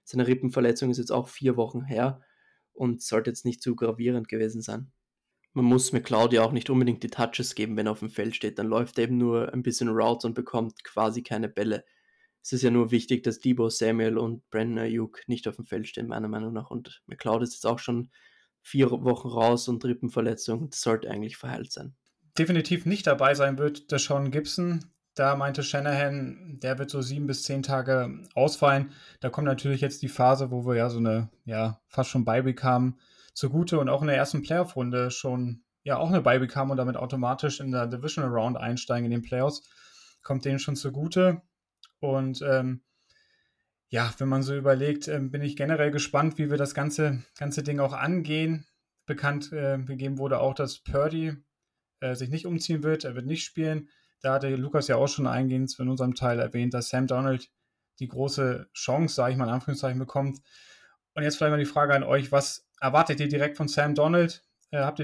Seine Rippenverletzung ist jetzt auch 4 Wochen her und sollte jetzt nicht zu gravierend gewesen sein. Man muss McLeod ja auch nicht unbedingt die Touches geben, wenn er auf dem Feld steht. Dann läuft er eben nur ein bisschen Routes und bekommt quasi keine Bälle. Es ist ja nur wichtig, dass Deebo Samuel und Brandon Ayuk nicht auf dem Feld stehen, meiner Meinung nach. Und McLeod ist jetzt auch schon 4 Wochen raus und Rippenverletzung. Das sollte eigentlich verheilt sein. Definitiv nicht dabei sein wird Deshaun Gibson. Da meinte Shanahan, der wird so 7 bis 10 Tage ausfallen. Da kommt natürlich jetzt die Phase, wo wir ja so eine, fast schon Bye-Week haben, zugute und auch in der ersten Playoff-Runde schon, auch eine Bye-Week haben und damit automatisch in der Divisional Round einsteigen in den Playoffs. Kommt denen schon zugute. Und wenn man so überlegt, bin ich generell gespannt, wie wir das ganze Ding auch angehen. Bekannt gegeben wurde auch, dass Purdy sich nicht umziehen wird, er wird nicht spielen. Da hatte Lukas ja auch schon eingehend in unserem Teil erwähnt, dass Sam Darnold die große Chance, sage ich mal in Anführungszeichen, bekommt. Und jetzt vielleicht mal die Frage an euch, was erwartet ihr direkt von Sam Darnold? Habt ihr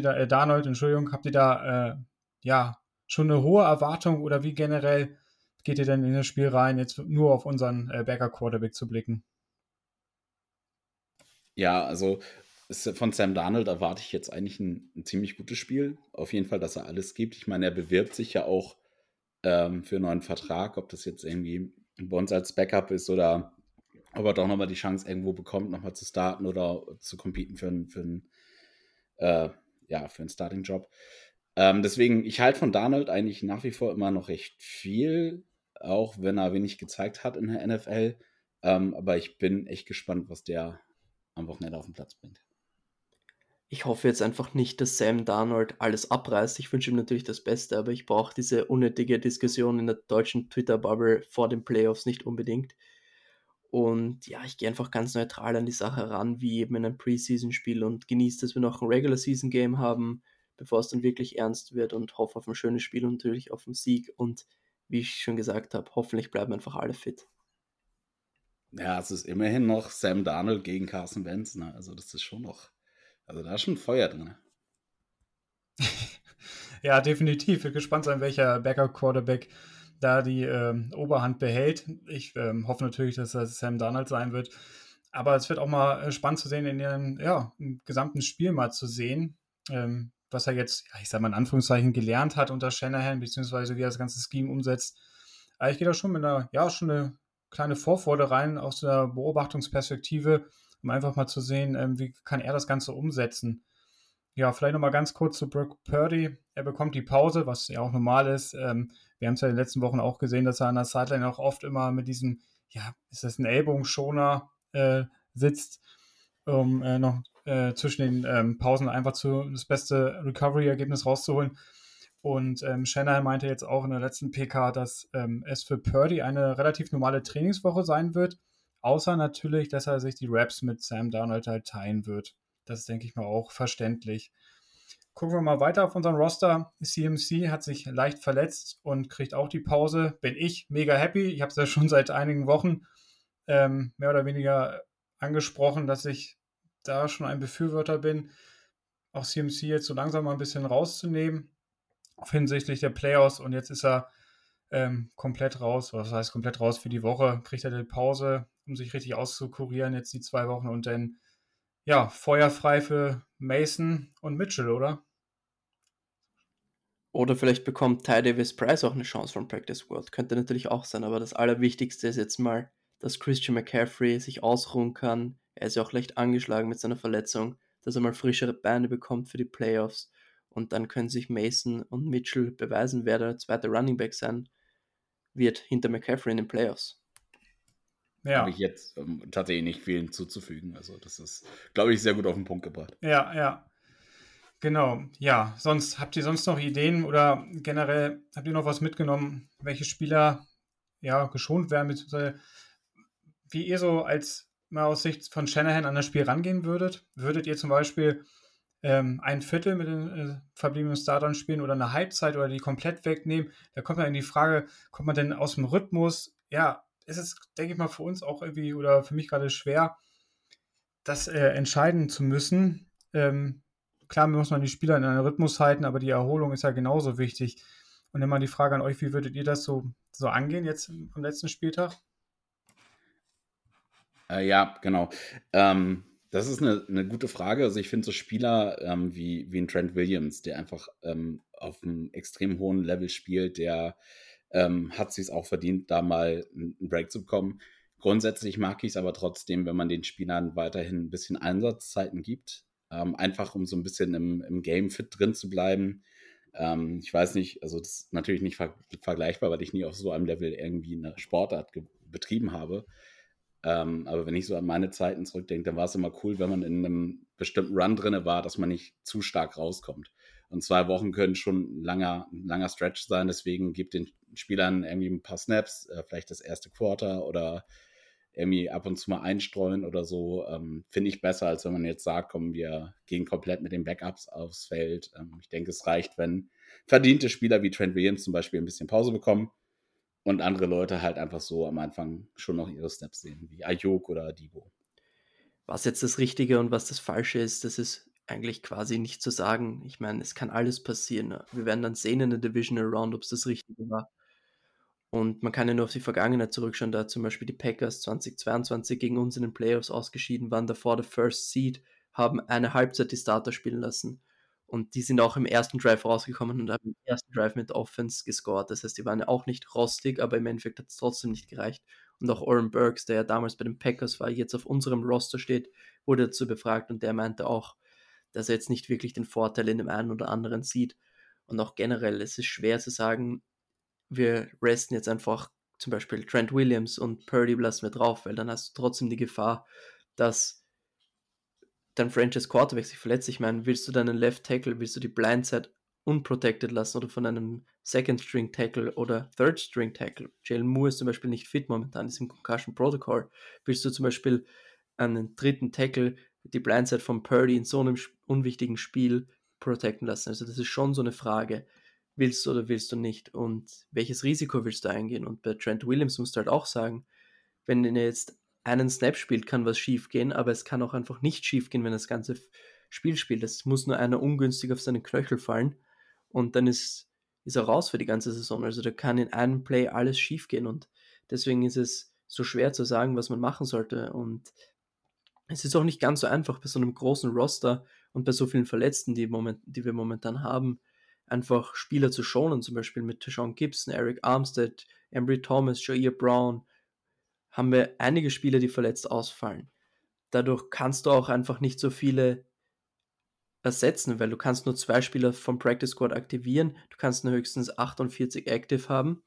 da schon eine hohe Erwartung oder wie generell geht ihr denn in das Spiel rein, jetzt nur auf unseren Backup-Quarterback zu blicken? Ja, also von Sam Darnold erwarte ich jetzt eigentlich ein ziemlich gutes Spiel. Auf jeden Fall, dass er alles gibt. Ich meine, er bewirbt sich ja auch für einen neuen Vertrag, ob das jetzt irgendwie bei uns als Backup ist oder ob er doch nochmal die Chance irgendwo bekommt, nochmal zu starten oder zu competen für einen Starting-Job. Deswegen, ich halte von Darnold eigentlich nach wie vor immer noch recht viel, auch wenn er wenig gezeigt hat in der NFL. Aber ich bin echt gespannt, was der am Wochenende auf den Platz bringt. Ich hoffe jetzt einfach nicht, dass Sam Darnold alles abreißt. Ich wünsche ihm natürlich das Beste, aber ich brauche diese unnötige Diskussion in der deutschen Twitter-Bubble vor den Playoffs nicht unbedingt. Und ja, ich gehe einfach ganz neutral an die Sache ran, wie eben in einem Preseason-Spiel und genieße, dass wir noch ein Regular-Season-Game haben, bevor es dann wirklich ernst wird und hoffe auf ein schönes Spiel und natürlich auf einen Sieg. Und wie ich schon gesagt habe, hoffentlich bleiben einfach alle fit. Ja, es ist immerhin noch Sam Darnold gegen Carson Wentz, ne? Also das ist schon noch, also da ist schon Feuer drin. Ja, definitiv. Ich bin gespannt sein, welcher Backup-Quarterback da die Oberhand behält. Ich hoffe natürlich, dass das Sam Darnold sein wird. Aber es wird auch mal spannend zu sehen, im gesamten Spiel mal zu sehen, was er jetzt, ich sag mal in Anführungszeichen, gelernt hat unter Shanahan, beziehungsweise wie er das ganze Scheme umsetzt. Aber ich gehe da schon mit schon eine kleine Vorfreude rein aus der Beobachtungsperspektive, um einfach mal zu sehen, wie kann er das Ganze umsetzen. Ja, vielleicht nochmal ganz kurz zu Brock Purdy. Er bekommt die Pause, was ja auch normal ist. Wir haben es ja in den letzten Wochen auch gesehen, dass er an der Sideline auch oft immer mit diesem, ist das ein Ellbogenschoner, sitzt, um noch zwischen den Pausen einfach das beste Recovery-Ergebnis rauszuholen. Und Shanahan meinte jetzt auch in der letzten PK, dass es für Purdy eine relativ normale Trainingswoche sein wird, außer natürlich, dass er sich die Reps mit Sam Darnold halt teilen wird. Das ist, denke ich mal, auch verständlich. Gucken wir mal weiter auf unseren Roster. CMC hat sich leicht verletzt und kriegt auch die Pause. Bin ich mega happy. Ich habe es ja schon seit einigen Wochen mehr oder weniger angesprochen, dass ich da schon ein Befürworter bin, auch CMC jetzt so langsam mal ein bisschen rauszunehmen, auf hinsichtlich der Playoffs. Und jetzt ist er komplett raus. Was heißt komplett raus für die Woche? Kriegt er die Pause, um sich richtig auszukurieren, jetzt die 2 Wochen und dann feuerfrei für Mason und Mitchell, oder? Oder vielleicht bekommt Ty Davis Price auch eine Chance vom Practice Squad. Könnte natürlich auch sein, aber das Allerwichtigste ist jetzt mal, dass Christian McCaffrey sich ausruhen kann. Er ist ja auch leicht angeschlagen mit seiner Verletzung, dass er mal frischere Beine bekommt für die Playoffs. Und dann können sich Mason und Mitchell beweisen, wer der zweite Running Back sein wird hinter McCaffrey in den Playoffs. Ja. Habe ich jetzt tatsächlich nicht viel hinzuzufügen. Also das ist, glaube ich, sehr gut auf den Punkt gebracht. Ja. Genau. Ja, habt ihr sonst noch Ideen oder generell habt ihr noch was mitgenommen, welche Spieler geschont werden, beziehungsweise wie ihr so mal aus Sicht von Shanahan an das Spiel rangehen würdet? Würdet ihr zum Beispiel ein Viertel mit den verbliebenen Startern spielen oder eine Halbzeit oder die komplett wegnehmen? Da kommt man in die Frage, kommt man denn aus dem Rhythmus? Ja, ist es, denke ich mal, für uns auch irgendwie oder für mich gerade schwer, das entscheiden zu müssen. Klar muss man die Spieler in einen Rhythmus halten, aber die Erholung ist ja genauso wichtig. Und dann mal die Frage an euch, wie würdet ihr das so angehen jetzt am letzten Spieltag? Ja, genau. Das ist eine gute Frage. Also ich finde so Spieler wie ein Trent Williams, der einfach auf einem extrem hohen Level spielt, der hat sich auch verdient, da mal einen Break zu bekommen. Grundsätzlich mag ich es aber trotzdem, wenn man den Spielern weiterhin ein bisschen Einsatzzeiten gibt, einfach um so ein bisschen im Game fit drin zu bleiben. Ich weiß nicht, also das ist natürlich nicht vergleichbar, weil ich nie auf so einem Level irgendwie eine Sportart betrieben habe. Aber wenn ich so an meine Zeiten zurückdenke, dann war es immer cool, wenn man in einem bestimmten Run drinne war, dass man nicht zu stark rauskommt. Und 2 Wochen können schon ein langer Stretch sein, deswegen gibt den Spielern irgendwie ein paar Snaps, vielleicht das erste Quarter oder irgendwie ab und zu mal einstreuen oder so, finde ich besser, als wenn man jetzt sagt, komm, wir gehen komplett mit den Backups aufs Feld. Ich denke, es reicht, wenn verdiente Spieler wie Trent Williams zum Beispiel ein bisschen Pause bekommen und andere Leute halt einfach so am Anfang schon noch ihre Steps sehen, wie Ayuk oder Debo. Was jetzt das Richtige und was das Falsche ist, das ist eigentlich quasi nicht zu sagen. Ich meine, es kann alles passieren. Ne? Wir werden dann sehen in der Divisional Round, ob es das Richtige war. Und man kann ja nur auf die Vergangenheit zurückschauen, da zum Beispiel die Packers 2022 gegen uns in den Playoffs ausgeschieden waren, davor der First Seed, haben eine Halbzeit die Starter spielen lassen. Und die sind auch im ersten Drive rausgekommen und haben im ersten Drive mit Offense gescored. Das heißt, die waren ja auch nicht rostig, aber im Endeffekt hat es trotzdem nicht gereicht. Und auch Oren Burks, der ja damals bei den Packers war, jetzt auf unserem Roster steht, wurde dazu befragt und der meinte auch, dass er jetzt nicht wirklich den Vorteil in dem einen oder anderen sieht. Und auch generell, es ist schwer zu sagen, wir resten jetzt einfach zum Beispiel Trent Williams und Purdy lassen wir drauf, weil dann hast du trotzdem die Gefahr, dass dein Franchise Quarterback sich verletzt. Ich meine, willst du deinen Left Tackle, willst du die Blindside unprotected lassen oder von einem Second String Tackle oder Third String Tackle? Jalen Moore ist zum Beispiel nicht fit momentan, ist im Concussion Protocol. Willst du zum Beispiel einen dritten Tackle die Blindside von Purdy in so einem unwichtigen Spiel protecten lassen? Also das ist schon so eine Frage. Willst du oder willst du nicht? Und welches Risiko willst du eingehen? Und bei Trent Williams musst du halt auch sagen, wenn er jetzt einen Snap spielt, kann was schief gehen, aber es kann auch einfach nicht schief gehen, wenn er das ganze Spiel spielt. Es muss nur einer ungünstig auf seinen Knöchel fallen und dann ist er raus für die ganze Saison. Also da kann in einem Play alles schief gehen und deswegen ist es so schwer zu sagen, was man machen sollte. Und es ist auch nicht ganz so einfach bei so einem großen Roster und bei so vielen Verletzten, die wir momentan haben, einfach Spieler zu schonen, zum Beispiel mit Tashaun Gibson, Eric Armstead, Embry Thomas, Jair Brown, haben wir einige Spieler, die verletzt ausfallen. Dadurch kannst du auch einfach nicht so viele ersetzen, weil du kannst nur 2 Spieler vom Practice Squad aktivieren, du kannst nur höchstens 48 Active haben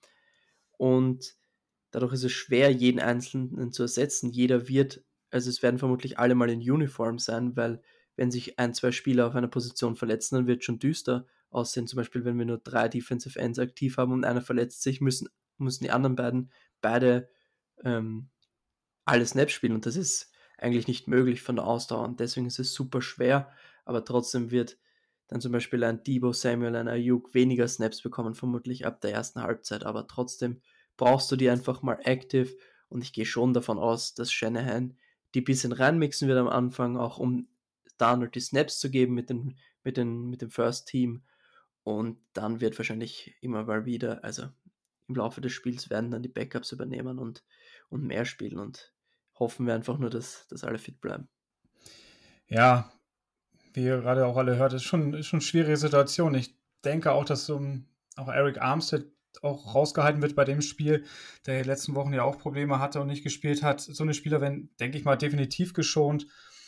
und dadurch ist es schwer, jeden Einzelnen zu ersetzen. Also es werden vermutlich alle mal in Uniform sein, weil wenn sich 1, 2 Spieler auf einer Position verletzen, dann wird es schon düster aussehen. Zum Beispiel, wenn wir nur 3 Defensive Ends aktiv haben und einer verletzt sich, müssen die anderen beide alle Snaps spielen und das ist eigentlich nicht möglich von der Ausdauer und deswegen ist es super schwer, aber trotzdem wird dann zum Beispiel ein Debo Samuel, ein Ayuk weniger Snaps bekommen, vermutlich ab der ersten Halbzeit, aber trotzdem brauchst du die einfach mal active und ich gehe schon davon aus, dass Shanahan die ein bisschen reinmixen wird am Anfang, auch um Darnold die Snaps zu geben mit dem First Team und dann wird wahrscheinlich immer mal wieder, also im Laufe des Spiels werden dann die Backups übernehmen und mehr spielen und hoffen wir einfach nur, dass alle fit bleiben. Ja, wie ihr gerade auch alle hört, ist schon eine schwierige Situation. Ich denke auch, dass auch Eric Armstead auch rausgehalten wird bei dem Spiel, der in den letzten Wochen ja auch Probleme hatte und nicht gespielt hat. So eine Spieler werden, denke ich mal, definitiv geschont.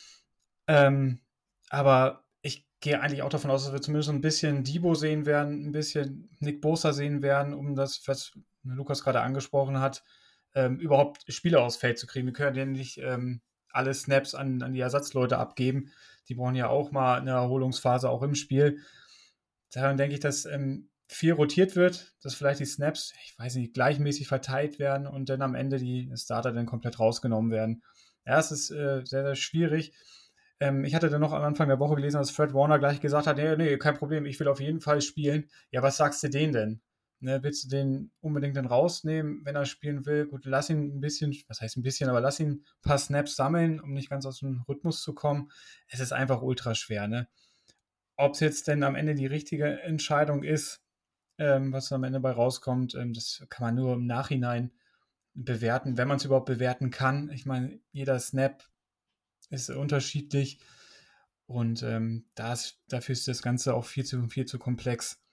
Aber ich gehe eigentlich auch davon aus, dass wir zumindest ein bisschen Debo sehen werden, ein bisschen Nick Bosa sehen werden, um das, was Lukas gerade angesprochen hat, überhaupt Spieler aufs Feld zu kriegen. Wir können ja nicht alle Snaps an die Ersatzleute abgeben. Die brauchen ja auch mal eine Erholungsphase, auch im Spiel. Daher denke ich, dass viel rotiert wird, dass vielleicht die Snaps, ich weiß nicht, gleichmäßig verteilt werden und dann am Ende die Starter dann komplett rausgenommen werden. Ja, es ist sehr, sehr schwierig. Ich hatte dann noch am Anfang der Woche gelesen, dass Fred Warner gleich gesagt hat, nee, kein Problem, ich will auf jeden Fall spielen. Ja, was sagst du denen denn? Ne, willst du den unbedingt dann rausnehmen, wenn er spielen will? Gut, lass ihn ein bisschen, was heißt ein bisschen, aber lass ihn ein paar Snaps sammeln, um nicht ganz aus dem Rhythmus zu kommen. Es ist einfach ultra schwer, ne? Ob es jetzt denn am Ende die richtige Entscheidung ist, was am Ende bei rauskommt, das kann man nur im Nachhinein bewerten, wenn man es überhaupt bewerten kann. Ich meine, jeder Snap ist unterschiedlich und dafür ist das Ganze auch viel zu komplex.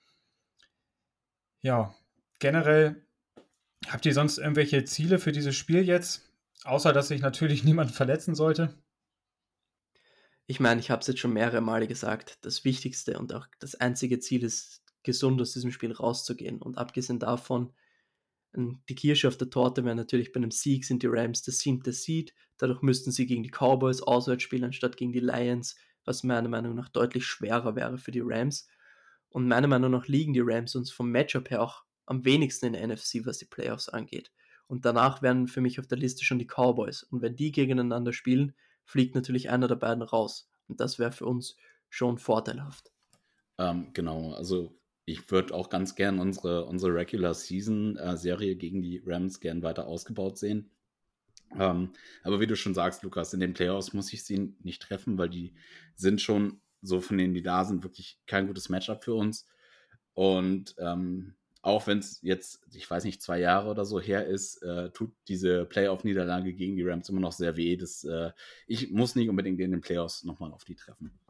Ja, generell habt ihr sonst irgendwelche Ziele für dieses Spiel jetzt? Außer, dass sich natürlich niemand verletzen sollte. Ich meine, ich habe es jetzt schon mehrere Male gesagt, das Wichtigste und auch das einzige Ziel ist, gesund aus diesem Spiel rauszugehen. Und abgesehen davon, die Kirsche auf der Torte wäre natürlich bei einem Sieg sind die Rams das 7. Seed. Dadurch müssten sie gegen die Cowboys auswärts spielen, anstatt gegen die Lions, was meiner Meinung nach deutlich schwerer wäre für die Rams. Und meiner Meinung nach liegen die Rams uns vom Matchup her auch am wenigsten in der NFC, was die Playoffs angeht. Und danach wären für mich auf der Liste schon die Cowboys. Und wenn die gegeneinander spielen, fliegt natürlich einer der beiden raus. Und das wäre für uns schon vorteilhaft. Genau, also ich würde auch ganz gern unsere Regular Season Serie gegen die Rams gern weiter ausgebaut sehen. Aber wie du schon sagst, Lukas, in den Playoffs muss ich sie nicht treffen, weil die sind schon so von denen, die da sind, wirklich kein gutes Matchup für uns. Und auch wenn es jetzt, ich weiß nicht, 2 Jahre oder so her ist, tut diese Playoff-Niederlage gegen die Rams immer noch sehr weh. Ich muss nicht unbedingt in den Playoffs nochmal auf die treffen.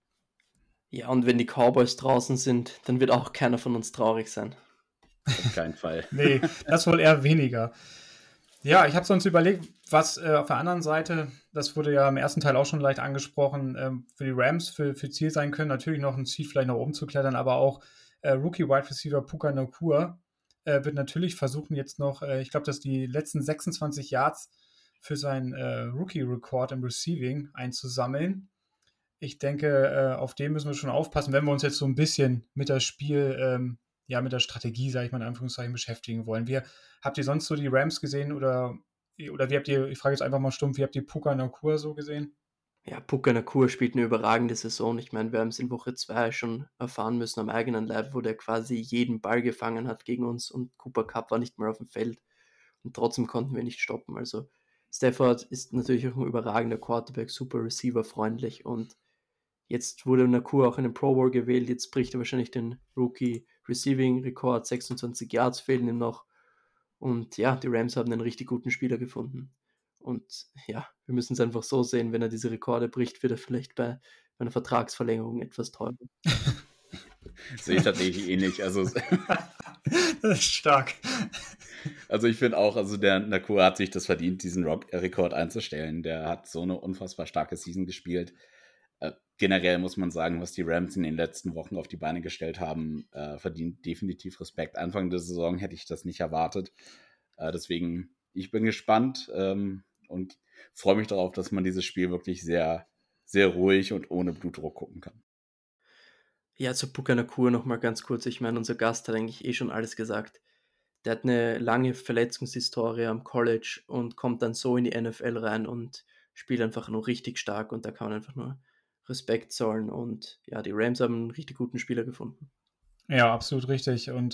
Ja, und wenn die Cowboys draußen sind, dann wird auch keiner von uns traurig sein. Auf keinen Fall. Nee, das wohl eher weniger. Ja, ich habe sonst überlegt, was auf der anderen Seite, das wurde ja im ersten Teil auch schon leicht angesprochen, für die Rams für Ziel sein können, natürlich noch ein Ziel vielleicht nach oben zu klettern, aber auch Rookie-Wide Receiver Puka Nacua wird natürlich versuchen jetzt noch, ich glaube, dass die letzten 26 Yards für seinen Rookie-Rekord im Receiving einzusammeln. Ich denke, auf den müssen wir schon aufpassen, wenn wir uns jetzt so ein bisschen mit das Spiel, mit der Strategie, sage ich mal in Anführungszeichen, beschäftigen wollen. Habt ihr sonst so die Rams gesehen oder wie habt ihr, ich frage jetzt einfach mal stumpf, wie habt ihr Puka Nacua so gesehen? Ja, Puka Nacua spielt eine überragende Saison. Ich meine, wir haben es in Woche 2 schon erfahren müssen am eigenen Leib, wo der quasi jeden Ball gefangen hat gegen uns und Cooper Kupp war nicht mal auf dem Feld und trotzdem konnten wir nicht stoppen. Also Stafford ist natürlich auch ein überragender Quarterback, super Receiver-freundlich und jetzt wurde Nacua auch in den Pro Bowl gewählt, jetzt bricht er wahrscheinlich den Rookie-Receiving-Rekord, 26 Yards fehlen ihm noch und ja, die Rams haben einen richtig guten Spieler gefunden. Und ja, wir müssen es einfach so sehen, wenn er diese Rekorde bricht, wird er vielleicht bei einer Vertragsverlängerung etwas teurer. Sehe ich tatsächlich ähnlich. Also, Das ist stark. also ich finde auch, also der Nacua hat sich das verdient, diesen Rekord einzustellen. Der hat so eine unfassbar starke Season gespielt. Generell muss man sagen, was die Rams in den letzten Wochen auf die Beine gestellt haben, verdient definitiv Respekt. Anfang der Saison hätte ich das nicht erwartet. Deswegen, ich bin gespannt und freue mich darauf, dass man dieses Spiel wirklich sehr, sehr ruhig und ohne Blutdruck gucken kann. Ja, zu Puka Nacua nochmal ganz kurz. Ich meine, unser Gast hat eigentlich schon alles gesagt. Der hat eine lange Verletzungshistorie am College und kommt dann so in die NFL rein und spielt einfach nur richtig stark und da kann man einfach nur Respekt zollen und ja, die Rams haben einen richtig guten Spieler gefunden. Ja, absolut richtig. Und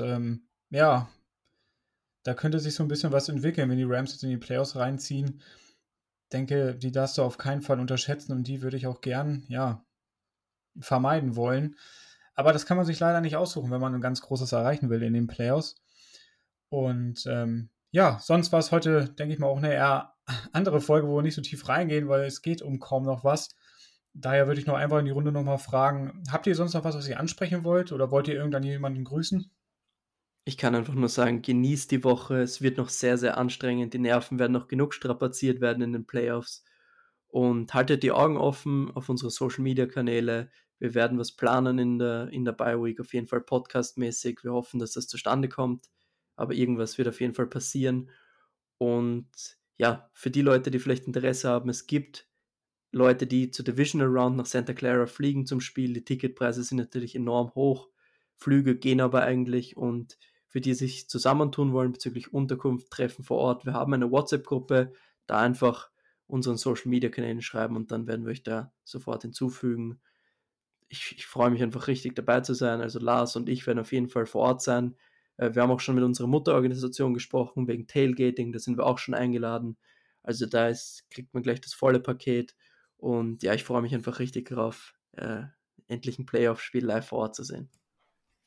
da könnte sich so ein bisschen was entwickeln, wenn die Rams jetzt in die Playoffs reinziehen. Denke, die darfst du auf keinen Fall unterschätzen und die würde ich auch gern, vermeiden wollen. Aber das kann man sich leider nicht aussuchen, wenn man ein ganz Großes erreichen will in den Playoffs. Und sonst war es heute, denke ich mal, auch eine eher andere Folge, wo wir nicht so tief reingehen, weil es geht um kaum noch was. Daher würde ich noch einfach in die Runde nochmal fragen, habt ihr sonst noch was ihr ansprechen wollt oder wollt ihr irgendjemanden grüßen? Ich kann einfach nur sagen, genießt die Woche. Es wird noch sehr, sehr anstrengend. Die Nerven werden noch genug strapaziert werden in den Playoffs. Und haltet die Augen offen auf unsere Social-Media-Kanäle. Wir werden was planen in der Bye-Week, auf jeden Fall podcastmäßig. Wir hoffen, dass das zustande kommt. Aber irgendwas wird auf jeden Fall passieren. Und ja, für die Leute, die vielleicht Interesse haben, es gibt Leute, die zur Divisional Round nach Santa Clara fliegen zum Spiel. Die Ticketpreise sind natürlich enorm hoch. Flüge gehen aber eigentlich und für die sich zusammentun wollen bezüglich Unterkunft, Treffen vor Ort. Wir haben eine WhatsApp-Gruppe, da einfach unseren Social-Media-Kanälen schreiben und dann werden wir euch da sofort hinzufügen. Ich freue mich einfach richtig dabei zu sein. Also Lars und ich werden auf jeden Fall vor Ort sein. Wir haben auch schon mit unserer Mutterorganisation gesprochen, wegen Tailgating, da sind wir auch schon eingeladen. Also kriegt man gleich das volle Paket. Und ja, ich freue mich einfach richtig darauf, endlich ein Playoff-Spiel live vor Ort zu sehen.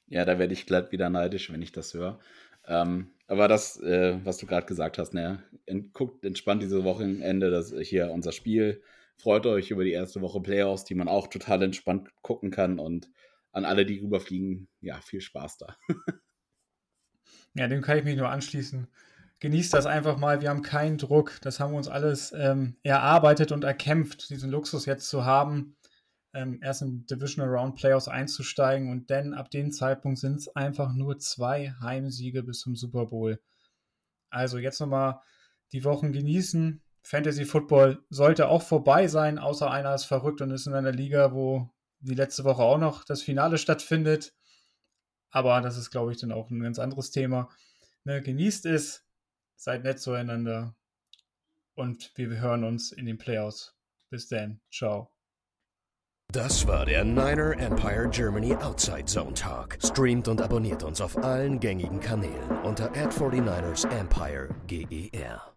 Ja, da werde ich glatt wieder neidisch, wenn ich das höre. Aber das, was du gerade gesagt hast, ne, guckt entspannt diese Wochenende, das hier unser Spiel. Freut euch über die erste Woche Playoffs, die man auch total entspannt gucken kann. Und an alle, die rüberfliegen, ja, viel Spaß da. Ja, dem kann ich mich nur anschließen. Genießt das einfach mal, wir haben keinen Druck. Das haben wir uns alles erarbeitet und erkämpft, diesen Luxus jetzt zu haben, erst in Divisional Round Playoffs einzusteigen und dann ab dem Zeitpunkt sind es einfach nur 2 Heimsiege bis zum Super Bowl. Also jetzt nochmal die Wochen genießen. Fantasy Football sollte auch vorbei sein, außer einer ist verrückt und ist in einer Liga, wo die letzte Woche auch noch das Finale stattfindet. Aber das ist, glaube ich, dann auch ein ganz anderes Thema. Ne, genießt es, seid nett zueinander und wir hören uns in den Playoffs. Bis dann. Ciao. Das war der Niner Empire Germany Outside Zone Talk. Streamt und abonniert uns auf allen gängigen Kanälen unter @49ersEmpireGER.